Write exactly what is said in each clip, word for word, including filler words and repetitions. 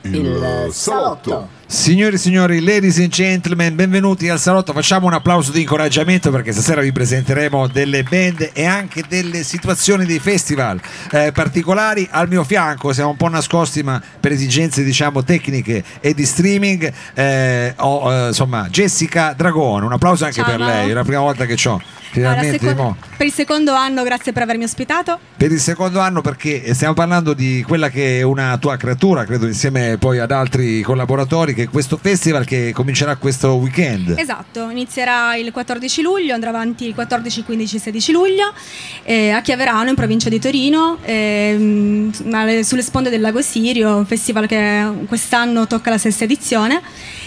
Il salotto. Signori e signori, ladies and gentlemen, benvenuti al salotto. Facciamo un applauso di incoraggiamento perché stasera vi presenteremo delle band e anche delle situazioni dei festival eh, particolari. Al mio fianco, siamo un po' nascosti ma per esigenze diciamo tecniche e di streaming, eh, ho eh, insomma Jessica Dragone. Un applauso anche Ciao, per lei, è la prima volta che c'ho. Allora, secondo, per il secondo anno, grazie per avermi ospitato. Per il secondo anno, perché stiamo parlando di quella che è una tua creatura, credo insieme poi ad altri collaboratori, che è questo festival che comincerà questo weekend. Esatto, inizierà il quattordici luglio, andrà avanti il quattordici, quindici, sedici luglio eh, a Chiaverano, in provincia di Torino, eh, sulle sponde del Lago Sirio, un festival che quest'anno tocca la sesta edizione.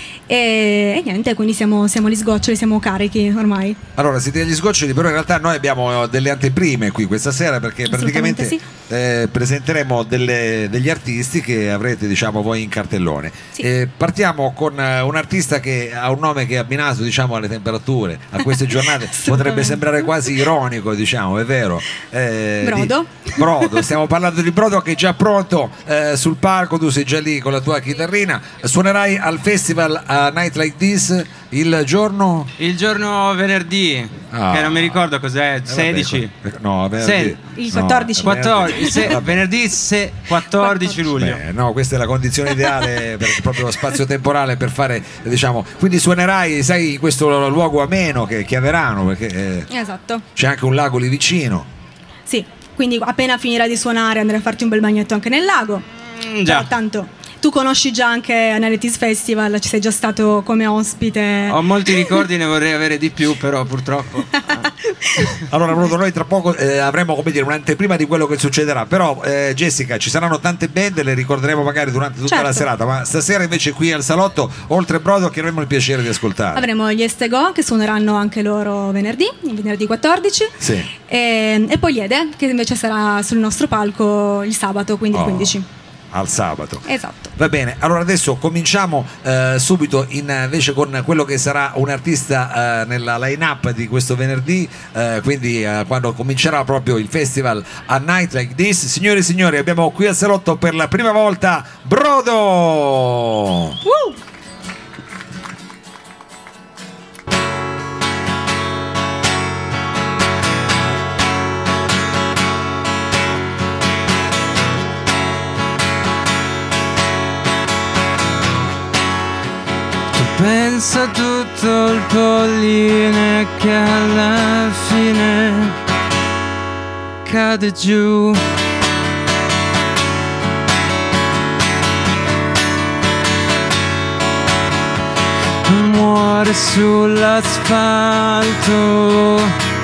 E, e niente, quindi siamo, siamo agli sgoccioli, siamo carichi ormai. Allora, siete agli sgoccioli, però in realtà noi abbiamo delle anteprime qui questa sera, perché praticamente sì. eh, presenteremo delle, degli artisti che avrete, diciamo, voi in cartellone. Sì. Eh, partiamo con uh, un artista che ha un nome che è abbinato, diciamo, alle temperature, a queste giornate. Potrebbe sembrare quasi ironico, diciamo, è vero. Eh, Brodo. Di, Brodo, stiamo parlando di Brodo, che è già pronto eh, sul palco. Tu sei già lì con la tua chitarrina. Suonerai al festival a Night Like This il giorno il giorno venerdì, ah, che non mi ricordo cos'è, sedici vabbè, no, venerdì, il quattordici, no, quattordici, se, venerdì se, quattordici luglio. Beh, no, questa è la condizione ideale per proprio lo spazio temporale per fare, diciamo, quindi suonerai, sai, in questo luogo ameno che è Chiaverano, perché eh, esatto, c'è anche un lago lì vicino. Sì, quindi appena finirai di suonare andrai a farti un bel bagnetto anche nel lago. Mm, già. Però, tanto tu conosci già anche Analytics Festival, ci sei già stato come ospite. Ho molti ricordi, ne vorrei avere di più, però purtroppo. Allora, Bruno, noi tra poco eh, avremo, come dire, un'anteprima di quello che succederà. Però, eh, Jessica, ci saranno tante band, le ricorderemo magari durante tutta certo. la serata. Ma stasera invece qui al salotto, oltre Brodo, che avremo il piacere di ascoltare. Avremo gli Estego, che suoneranno anche loro venerdì, venerdì quattordici. Sì. E, e poi Liede, che invece sarà sul nostro palco il sabato, quindi oh. il quindici. Al sabato. Esatto. Va bene, allora adesso cominciamo eh, subito in, invece con quello che sarà un artista eh, nella line-up di questo venerdì, eh, quindi eh, quando comincerà proprio il festival A Night Like This. Signore e signori, abbiamo qui al salotto per la prima volta Brodo! Uh! Pensa tutto il polline che alla fine cade giù. Muore sull'asfalto.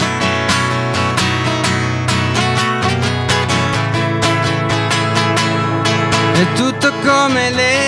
È tutto come lei.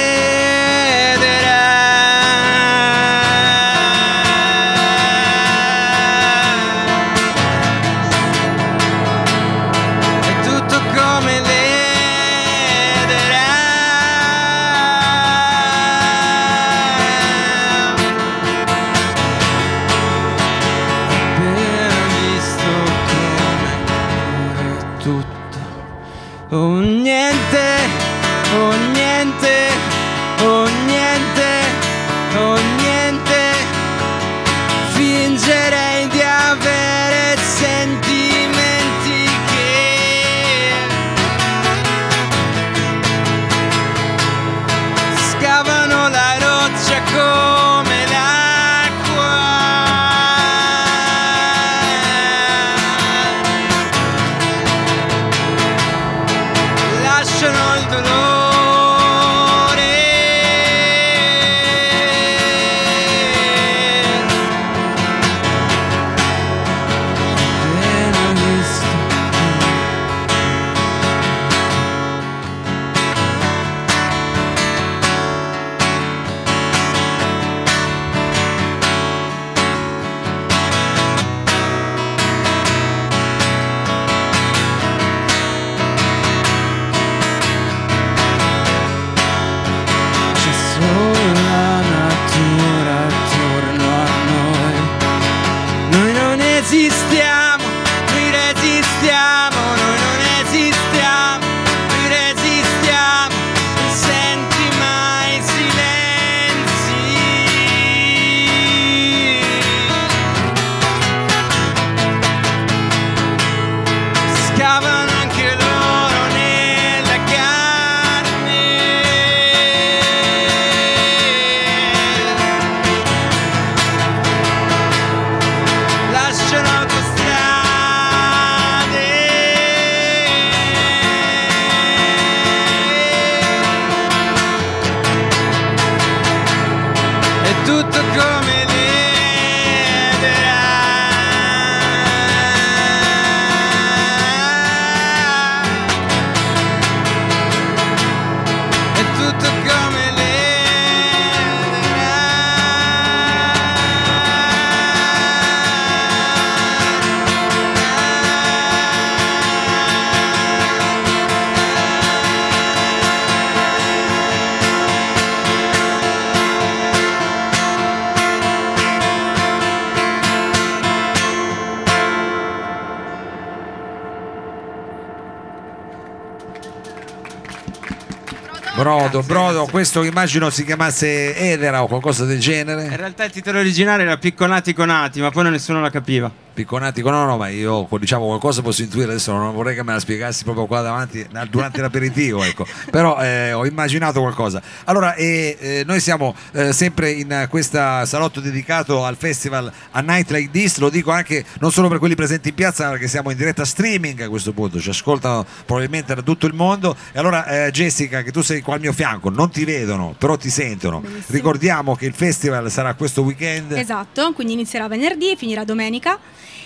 Brodo, Grazie, Brodo, grazie. questo immagino si chiamasse Edera o qualcosa del genere. In realtà il titolo originale era Picconati Conati, ma poi nessuno la capiva. Picconati, no, no, ma io diciamo qualcosa posso intuire, adesso non vorrei che me la spiegassi proprio qua davanti durante l'aperitivo, ecco. Però eh, ho immaginato qualcosa. Allora, eh, eh, noi siamo eh, sempre in questo salotto dedicato al festival A Night Like This, lo dico anche non solo per quelli presenti in piazza, ma perché siamo in diretta streaming a questo punto, ci ascoltano probabilmente da tutto il mondo. E allora eh, Jessica, che tu sei qua al mio fianco, non ti vedono, però ti sentono. Benissimo. Ricordiamo che il festival sarà questo weekend. Esatto, quindi inizierà venerdì e finirà domenica,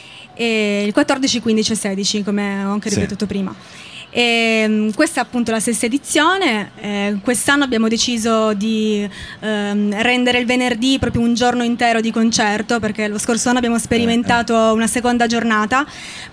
e il quattordici, quindici e sedici, come ho anche Sì. ripetuto prima. E, questa è appunto la sesta edizione. Eh, quest'anno abbiamo deciso di ehm, rendere il venerdì proprio un giorno intero di concerto, perché lo scorso anno abbiamo sperimentato una seconda giornata,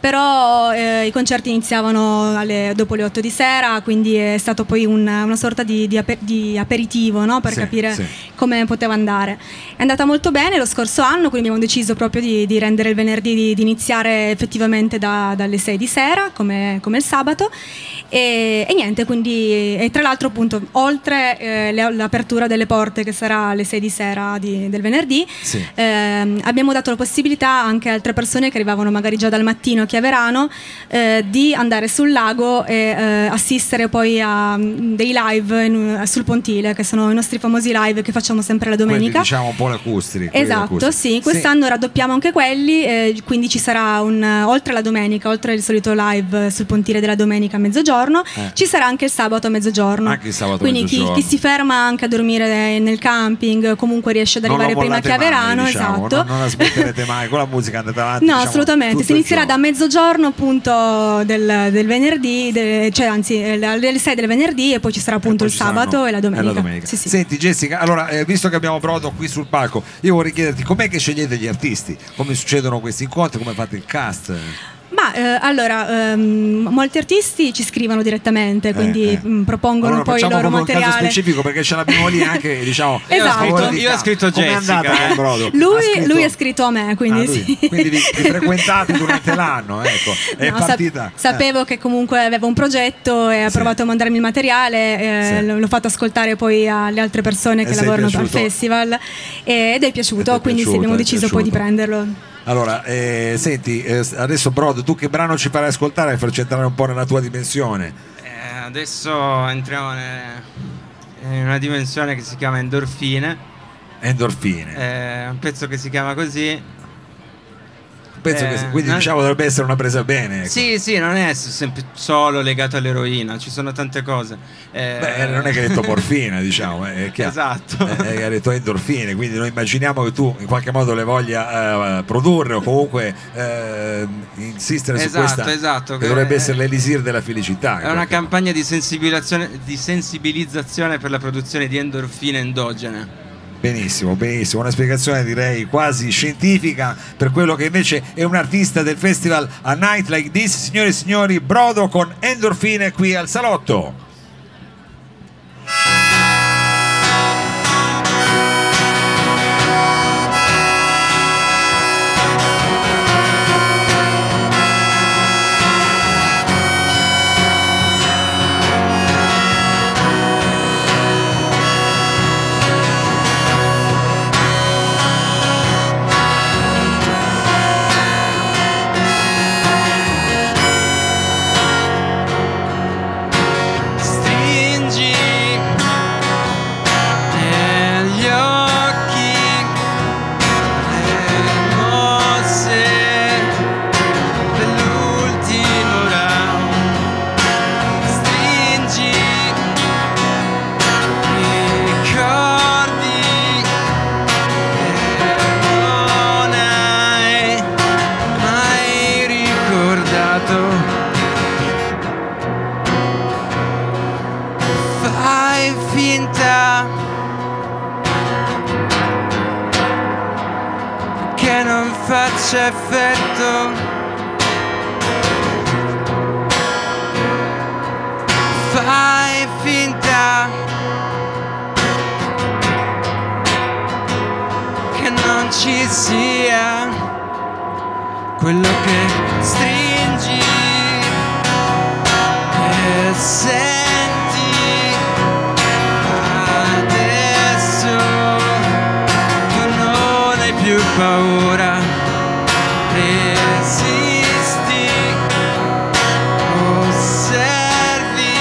però eh, i concerti iniziavano alle, dopo le otto di sera, quindi è stato poi un, una sorta di, di, aper, di aperitivo, no? Per Sì, capire sì. come poteva andare. È andata molto bene lo scorso anno, quindi abbiamo deciso proprio di, di rendere il venerdì, di, di iniziare effettivamente da, dalle sei di sera come, come il sabato. E, e niente, quindi, e tra l'altro appunto oltre eh, le- l'apertura delle porte che sarà alle sei di sera di- del venerdì, Sì. ehm, abbiamo dato la possibilità anche a altre persone che arrivavano magari già dal mattino a Chiaverano eh, di andare sul lago e eh, assistere poi a mm, dei live in- sul Pontile, che sono i nostri famosi live che facciamo sempre la domenica. Quelli, diciamo un po' lacustri. quelli Esatto, lacustri. sì, quest'anno raddoppiamo anche quelli, eh, quindi ci sarà un, oltre la domenica, oltre il solito live sul Pontile della domenica a mezzogiorno, Eh. ci sarà anche il sabato a mezzogiorno. Anche il sabato a quindi chi, mezzogiorno. chi si ferma anche a dormire nel camping comunque riesce ad Non arrivare lo prima a mollate Chiaverano, mai, diciamo, esatto. non, non la smetterete mai, con la musica andate avanti. No, diciamo, assolutamente, tutto si il inizierà da giorno. mezzogiorno appunto del, del venerdì, de- cioè anzi eh, alle sei del venerdì, e poi ci sarà appunto E il poi ci sabato saranno- e la domenica. Sì, sì. Senti Jessica, allora eh, visto che abbiamo Brodo qui sul palco, io vorrei chiederti com'è che scegliete gli artisti, come succedono questi incontri, come fate il cast? Ma eh, allora, ehm, molti artisti ci scrivono direttamente, quindi Eh, eh. mh, propongono Allora, poi il facciamo loro proprio un caso materiale. specifico perché ce l'abbiamo lì anche, diciamo. Esatto. a favore di Io ho Ca- scritto Com'è Jessica, andata con eh. Brodo? Lui, Ha scritto- lui è scritto a me, quindi Ah, lui. sì. Quindi vi, vi frequentate durante l'anno, ecco. È No, sap- partita. sapevo che comunque aveva un progetto e ha Sì. provato a mandarmi il materiale, eh, Sì. l- l'ho fatto ascoltare poi alle altre persone E che sei lavorano al piaciuto? festival, e- ed è piaciuto, Ed è quindi sì, piaciuto, abbiamo è deciso poi di piaciuto. prenderlo. Allora, eh, senti, eh, adesso Brodo, tu che brano ci farai ascoltare per farci entrare un po' nella tua dimensione? Eh, adesso entriamo ne- in una dimensione che si chiama endorfine. Endorfine. È un pezzo che si chiama così. Penso eh, che sì, quindi no- diciamo dovrebbe essere una presa bene. Ecco. Sì, sì, non è sempre solo legato all'eroina, ci sono tante cose. Eh, Beh, non è che hai detto morfina, diciamo, è chiaro. Esatto. Eh, hai detto endorfine, quindi noi immaginiamo che tu in qualche modo le voglia eh, produrre o comunque eh, insistere Esatto, su questa esatto, che che- dovrebbe essere l'elisir della felicità. È una campagna di sensibilizzazione, di sensibilizzazione per la produzione di endorfine endogene. Benissimo, benissimo, una spiegazione direi quasi scientifica per quello che invece è un artista del festival A Night Like This. Signore e signori, Brodo con Endorfine qui al salotto. Stringi negli occhi le mosse dell'ultimo round. Stringi i ricordi che non hai mai ricordato. Fai finta che non faccia effetto. Fai finta che non ci sia quello che stringi e senti paura, resisti, osservi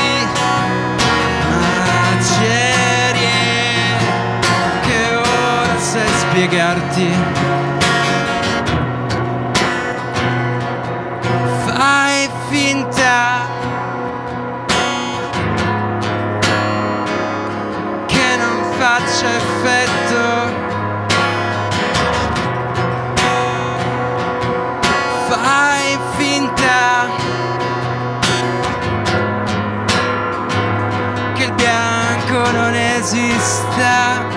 macerie che ora sai spiegarti. Fai finta che non faccia effetto, fai finta che il bianco non esista.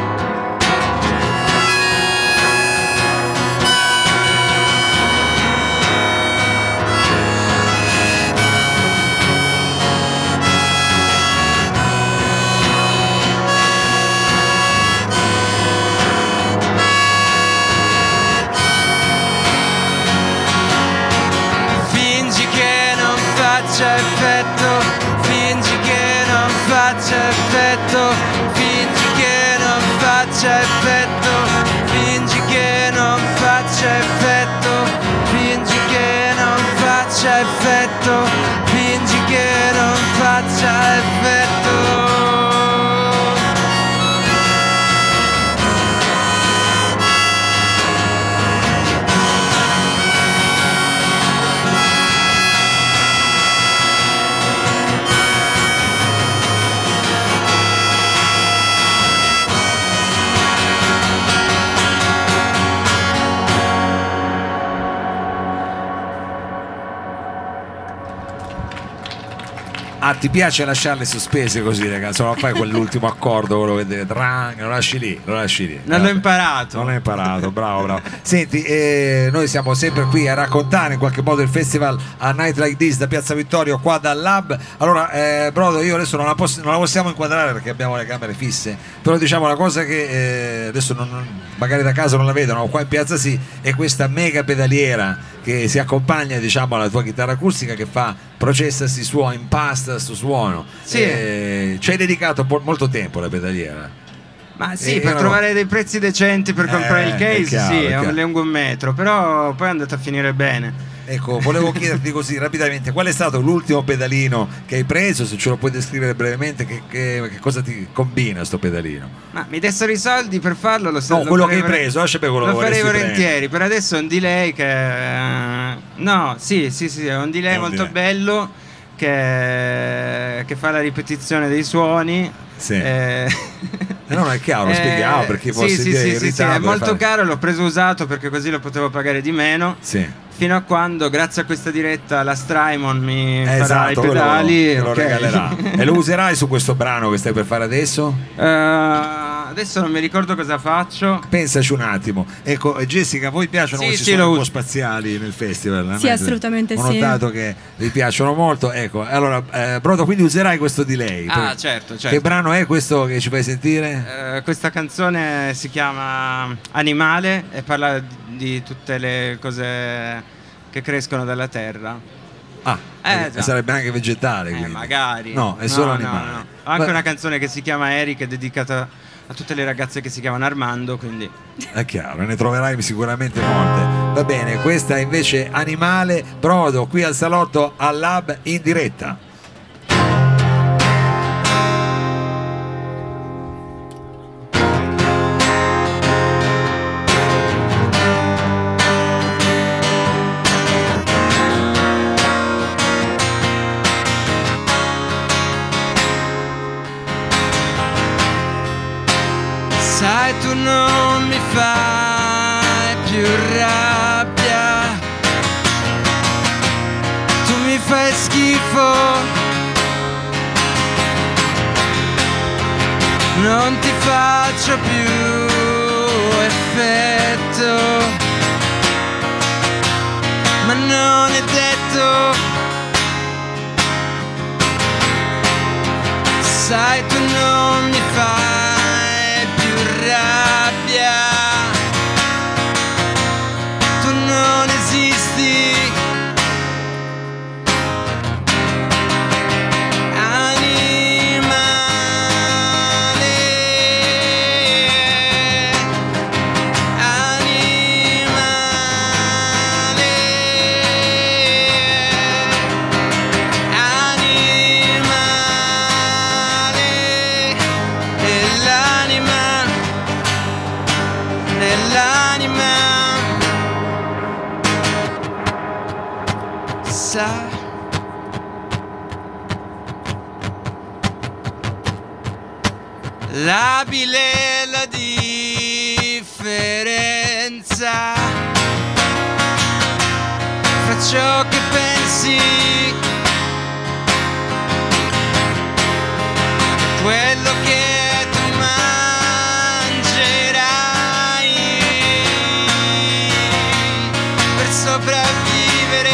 Effetto, fingi che non faccia effetto, fingi che non faccia effetto, fingi che non faccia effetto, fingi che non faccia effetto, fingi che non faccia effetto. Ah, ti piace lasciarle sospese così, ragazzi? Non fai quell'ultimo accordo, quello che deve drang, lo lasci lì, lo lasci lì. Non l'ho imparato. Non l'ho imparato, bravo, bravo. Senti, eh, noi siamo sempre qui a raccontare in qualche modo il festival A Night Like This da Piazza Vittorio, qua dal Lab. Allora, eh, Brodo, io adesso non la, poss- non la possiamo inquadrare perché abbiamo le camere fisse, però diciamo la cosa che eh, adesso non, non, magari da casa non la vedono, qua in piazza sì, è questa mega pedaliera che si accompagna, diciamo, alla tua chitarra acustica, che fa processa sti suoni, impasta sto suono. Sì. Eh, ci hai dedicato po- molto tempo alla pedaliera. Ma sì, Eh, per no. trovare dei prezzi decenti per Eh, comprare il è case, chiaro, sì, è è un chiaro. lungo un metro, però poi è andato a finire bene. Ecco, volevo chiederti così rapidamente, qual è stato l'ultimo pedalino che hai preso? Se ce lo puoi descrivere brevemente, che, che, che cosa ti combina sto pedalino? Ma mi dessero i soldi per farlo, lo so. No, lo quello che hai farei- preso, lascia per quello Lo che farei vorresti volentieri, per adesso è un delay che... eh, no, sì, sì, sì, è un delay È un molto delay. bello che, che fa la ripetizione dei suoni. Sì. Eh, Eh no, no, è chiaro, lo spieghiamo per chi sì, fosse sì, dire sì, sì, sì, irritabile, è molto fare- caro, l'ho preso usato perché così lo potevo pagare di meno. Sì. Fino a quando, grazie a questa diretta, la Strymon mi Eh, farà esatto, i quello pedali. te lo ok. regalerà. E lo userai su questo brano che stai per fare adesso? Eh, adesso non mi ricordo cosa faccio. Pensaci un attimo. Ecco, eh, Jessica, a voi piacciono Sì, questi sì, suoni lo un po' uso. spaziali nel festival? Sì, Eh, assolutamente Ho sì. notato che vi piacciono molto. Ecco, allora, eh, Brodo, quindi userai questo delay. Ah, Per- certo, certo. Che brano è questo che ci fai sentire? Eh, questa canzone si chiama Animale e parla di tutte le cose che crescono dalla terra. Ah, Eh, eh, già. sarebbe anche vegetale. Eh, quindi. magari. No, è solo No, animale. no, no. Ho anche Ma- una canzone che si chiama Eri, che è dedicata a tutte le ragazze che si chiamano Armando, quindi... È chiaro, ne troverai sicuramente molte. Va bene, questa è invece Animale. Brodo qui al salotto al Lab in diretta. Sai, tu non mi fai più rabbia, tu mi fai schifo, non ti faccio più effetto, ma non è detto. Sai, tu non mi fai più rabbia, tu non esisti. Animale, nell'anima. Sa labile la differenza fra ciò che pensi e quello che tu mangerai per sopravvivere.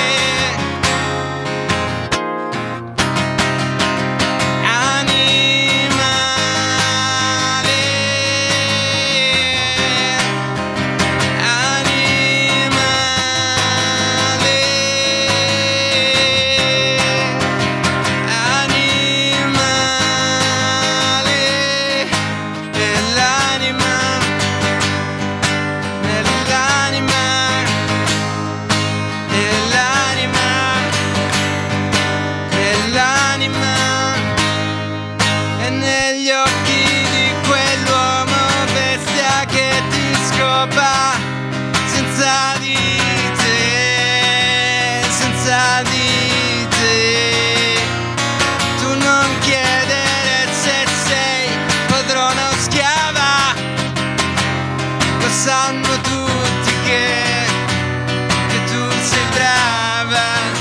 Sanno tutti che, che tu sei brava.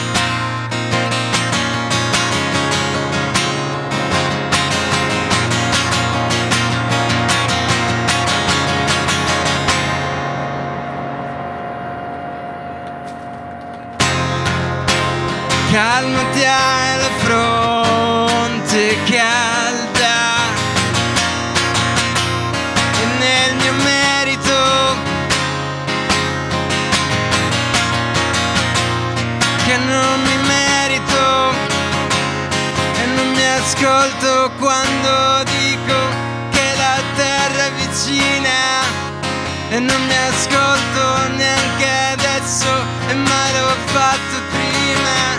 Calmati, hai la fronte calda e nel mio merito che non mi merito e non mi ascolto quando dico che la terra è vicina e non mi ascolto neanche adesso e mai l'ho fatto prima.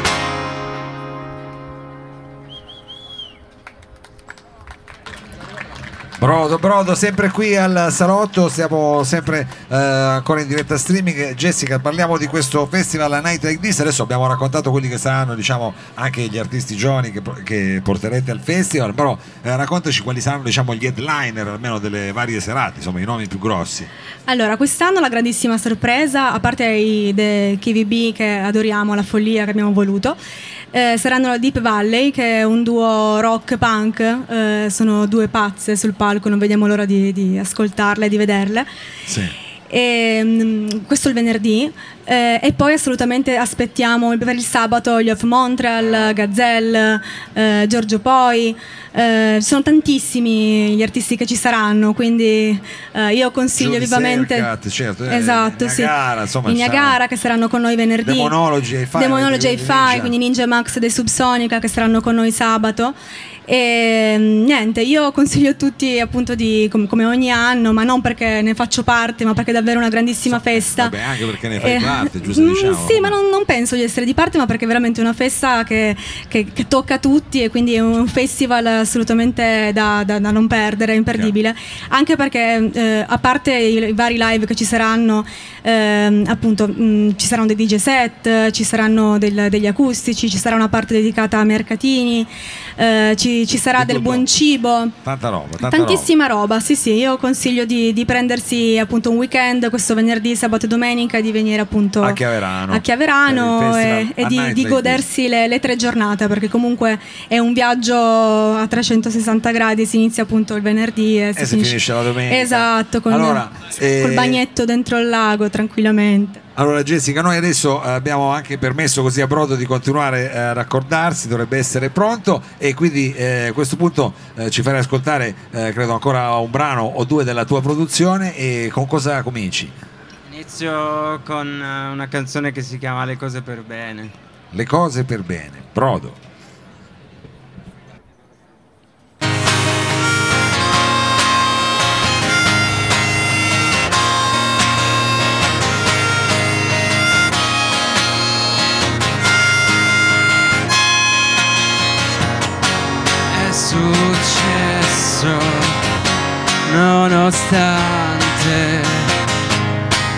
Brodo, Brodo, sempre qui al salotto, siamo sempre eh, ancora in diretta streaming. Jessica, parliamo di questo festival A Night Like This. Adesso abbiamo raccontato quelli che saranno, diciamo, anche gli artisti giovani che, che porterete al festival, però eh, raccontaci quali saranno, diciamo, gli headliner almeno delle varie serate, insomma i nomi più grossi. Allora, quest'anno la grandissima sorpresa, a parte i The K V B che adoriamo, la follia che abbiamo voluto, Eh, saranno la Deep Valley, che è un duo rock punk, eh, sono due pazze sul palco, non vediamo l'ora di, di ascoltarle e di vederle. Sì. E, mh, questo il venerdì, eh, e poi assolutamente aspettiamo per il sabato gli Off Montreal, Gazelle, eh, Giorgio Poi. Eh, sono tantissimi gli artisti che ci saranno, quindi eh, io consiglio Giù di vivamente Sercat, certo, eh, esatto, Niagara, sì. insomma, in Niagara che saranno con noi venerdì, Demonology Hi-Fi, Demonology Hi-Fi, Ninja. quindi Ninja Max dei Subsonica che saranno con noi sabato. E niente, io consiglio a tutti appunto di com- come ogni anno, ma non perché ne faccio parte, ma perché è davvero una grandissima festa. Vabbè, anche perché ne fai Eh, parte, giusto, mm, diciamo. Sì, ma non, non penso di essere di parte, ma perché è veramente una festa che, che, che tocca tutti e quindi è un festival assolutamente da, da, da non perdere, imperdibile. Anche perché eh, a parte i, i vari live che ci saranno, ehm, appunto mh, ci saranno dei D J set, ci saranno del, degli acustici, ci sarà una parte dedicata a mercatini, eh, ci, ci sarà Tutto del il buon mondo. cibo, Tanta roba, tanta tantissima roba. Sì, sì, io consiglio di, di prendersi appunto un weekend questo venerdì, sabato e domenica, di venire appunto A Chiaverano. a Chiaverano Per il e, festival e A di, Night di Like godersi le, le tre giornate, perché comunque è un viaggio a trecentosessanta gradi, si inizia appunto il venerdì e si, E si finisce la domenica. Esatto, con, Allora, eh, col bagnetto dentro il lago tranquillamente. Allora Jessica, noi adesso eh, abbiamo anche permesso così a Brodo di continuare eh, a raccordarsi, dovrebbe essere pronto e quindi eh, a questo punto eh, ci farai ascoltare eh, credo ancora un brano o due della tua produzione. E con cosa cominci? Inizio con eh, una canzone che si chiama Le cose per bene. Le cose per bene, Brodo. Successo nonostante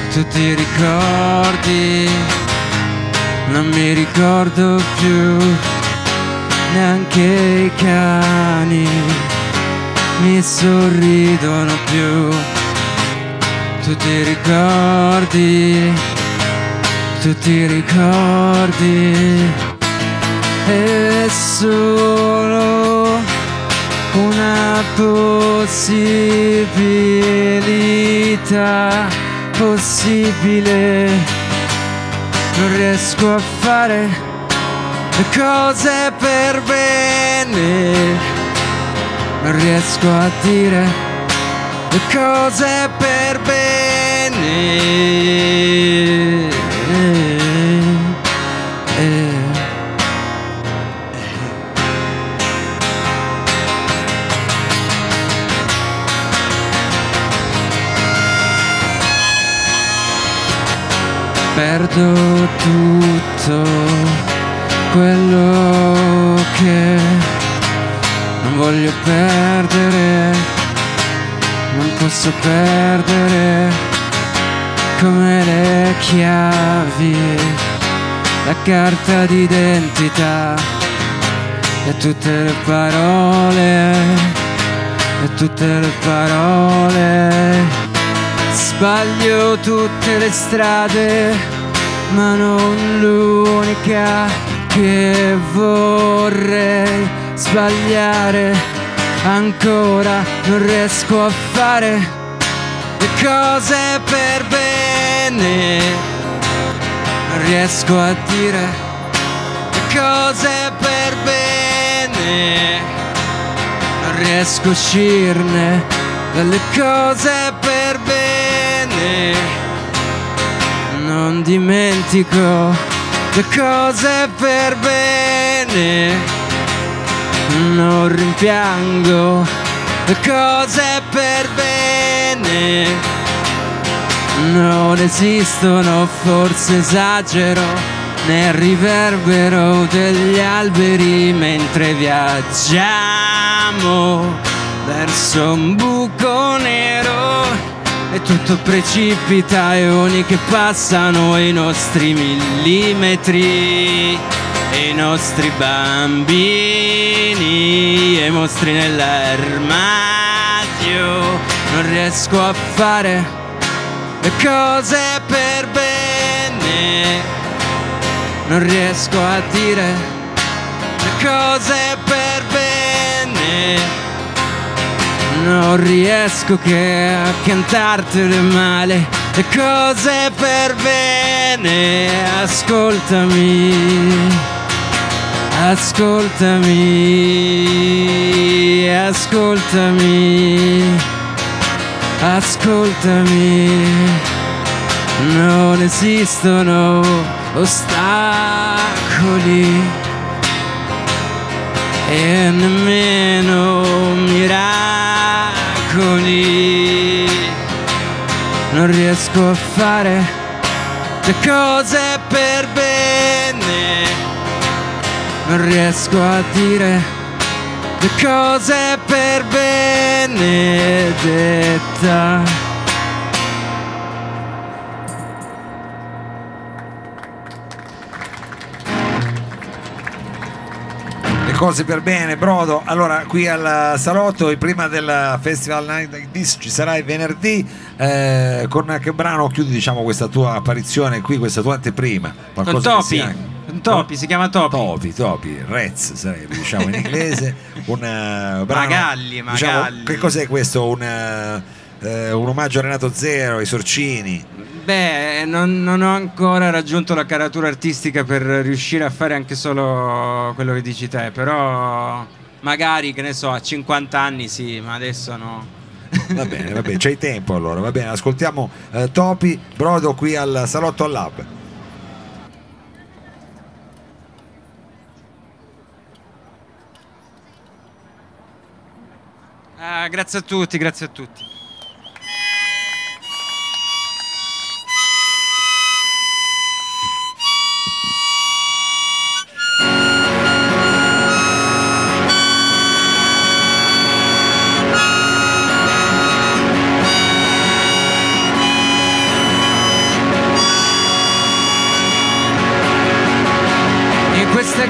tu ti ricordi, non mi ricordo più, neanche i cani mi sorridono più. Tu ti ricordi, tu ti ricordi, è solo una possibilità possibile. Non riesco a fare le cose per bene, non riesco a dire le cose per bene. Perdo tutto quello che non voglio perdere, non posso perdere, come le chiavi, la carta d'identità e tutte le parole, e tutte le parole. Sbaglio tutte le strade, ma non l'unica che vorrei sbagliare ancora. Non riesco a fare le cose per bene, non riesco a dire le cose per bene, non riesco a uscirne dalle cose per bene. Non dimentico le cose per bene, non rimpiango le cose per bene. Non esistono, forse esagero, nel riverbero degli alberi mentre viaggiamo verso un buco nero. E tutto precipita, ioni che passano, i nostri millimetri, e i nostri bambini, e i mostri nell'armadio. Non riesco a fare le cose per bene, non riesco a dire le cose per bene. Non riesco che a cantartele male le cose per bene. Ascoltami, ascoltami, ascoltami, ascoltami. Non esistono ostacoli e nemmeno miracoli. Non riesco a fare le cose per bene, non riesco a dire le cose per Benedetta. Cose per bene, Brodo. Allora, qui al salotto, prima del Festival Night Like This, ci sarai venerdì. Eh, con che brano chiudi, diciamo, questa tua apparizione qui, questa tua anteprima? Qualcosa con Topi, con Topi, si chiama Topi. Topi, Topi, Rez sarebbe, diciamo in inglese. Un uh, brano, Magalli, Magalli. Diciamo, che cos'è questo? Un, uh, uh, un omaggio a Renato Zero, ai Sorcini? Beh, non, non ho ancora raggiunto la caratura artistica per riuscire a fare anche solo quello che dici te, però magari, che ne so, a cinquanta anni sì, ma adesso no. Va bene, va bene, c'hai tempo allora, va bene, ascoltiamo eh, Topi, Brodo qui al Salotto al Lab. Ah, grazie a tutti, grazie a tutti.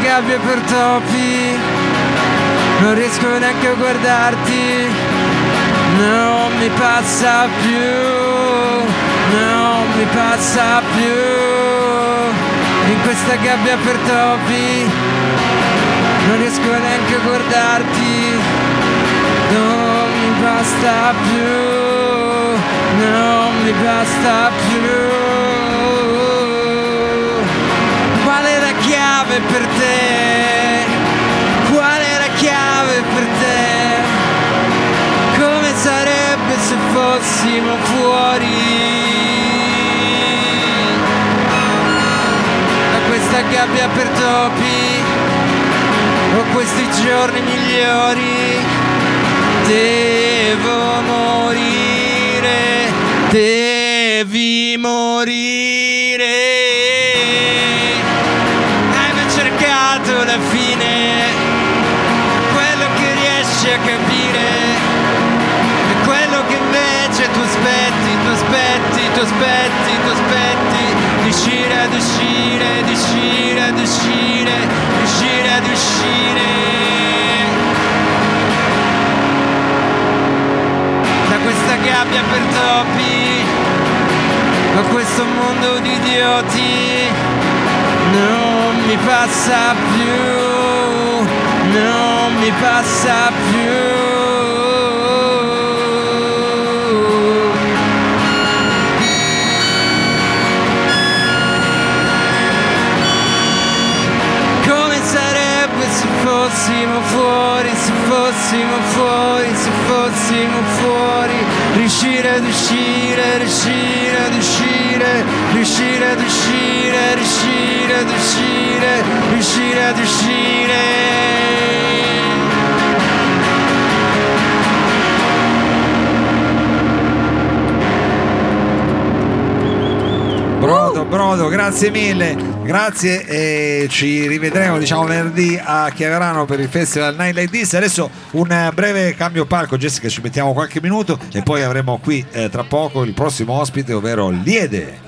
gabbia per topi, non riesco neanche a guardarti, non mi passa più, non mi passa più, in questa gabbia per topi, non riesco neanche a guardarti, non mi basta più, non mi basta più. Qual è la chiave per te? Qual è la chiave per te? Come sarebbe se fossimo fuori da questa gabbia per topi, o questi giorni migliori? Devo morire, devi morire. Hai mai cercato la fine? Quello che riesci a capire è quello che invece tu aspetti, tu aspetti, tu aspetti, tu aspetti. Riuscire ad uscire, riuscire ad uscire, riuscire ad uscire da questa gabbia per topi, da questo mondo di idioti. Non mi passa più, non mi passa più. Se fossimo fuori, se fossimo fuori, se fossimo fuori, riuscire ad uscire, riuscire ad uscire, riuscire ad uscire, riuscire ad uscire, riuscire ad uscire. Brodo, Brodo, grazie mille, grazie e ci rivedremo diciamo venerdì a Chiaverano per il Festival Night Like This. Adesso un breve cambio palco, Jessica, ci mettiamo qualche minuto e poi avremo qui eh, tra poco il prossimo ospite, ovvero Liede.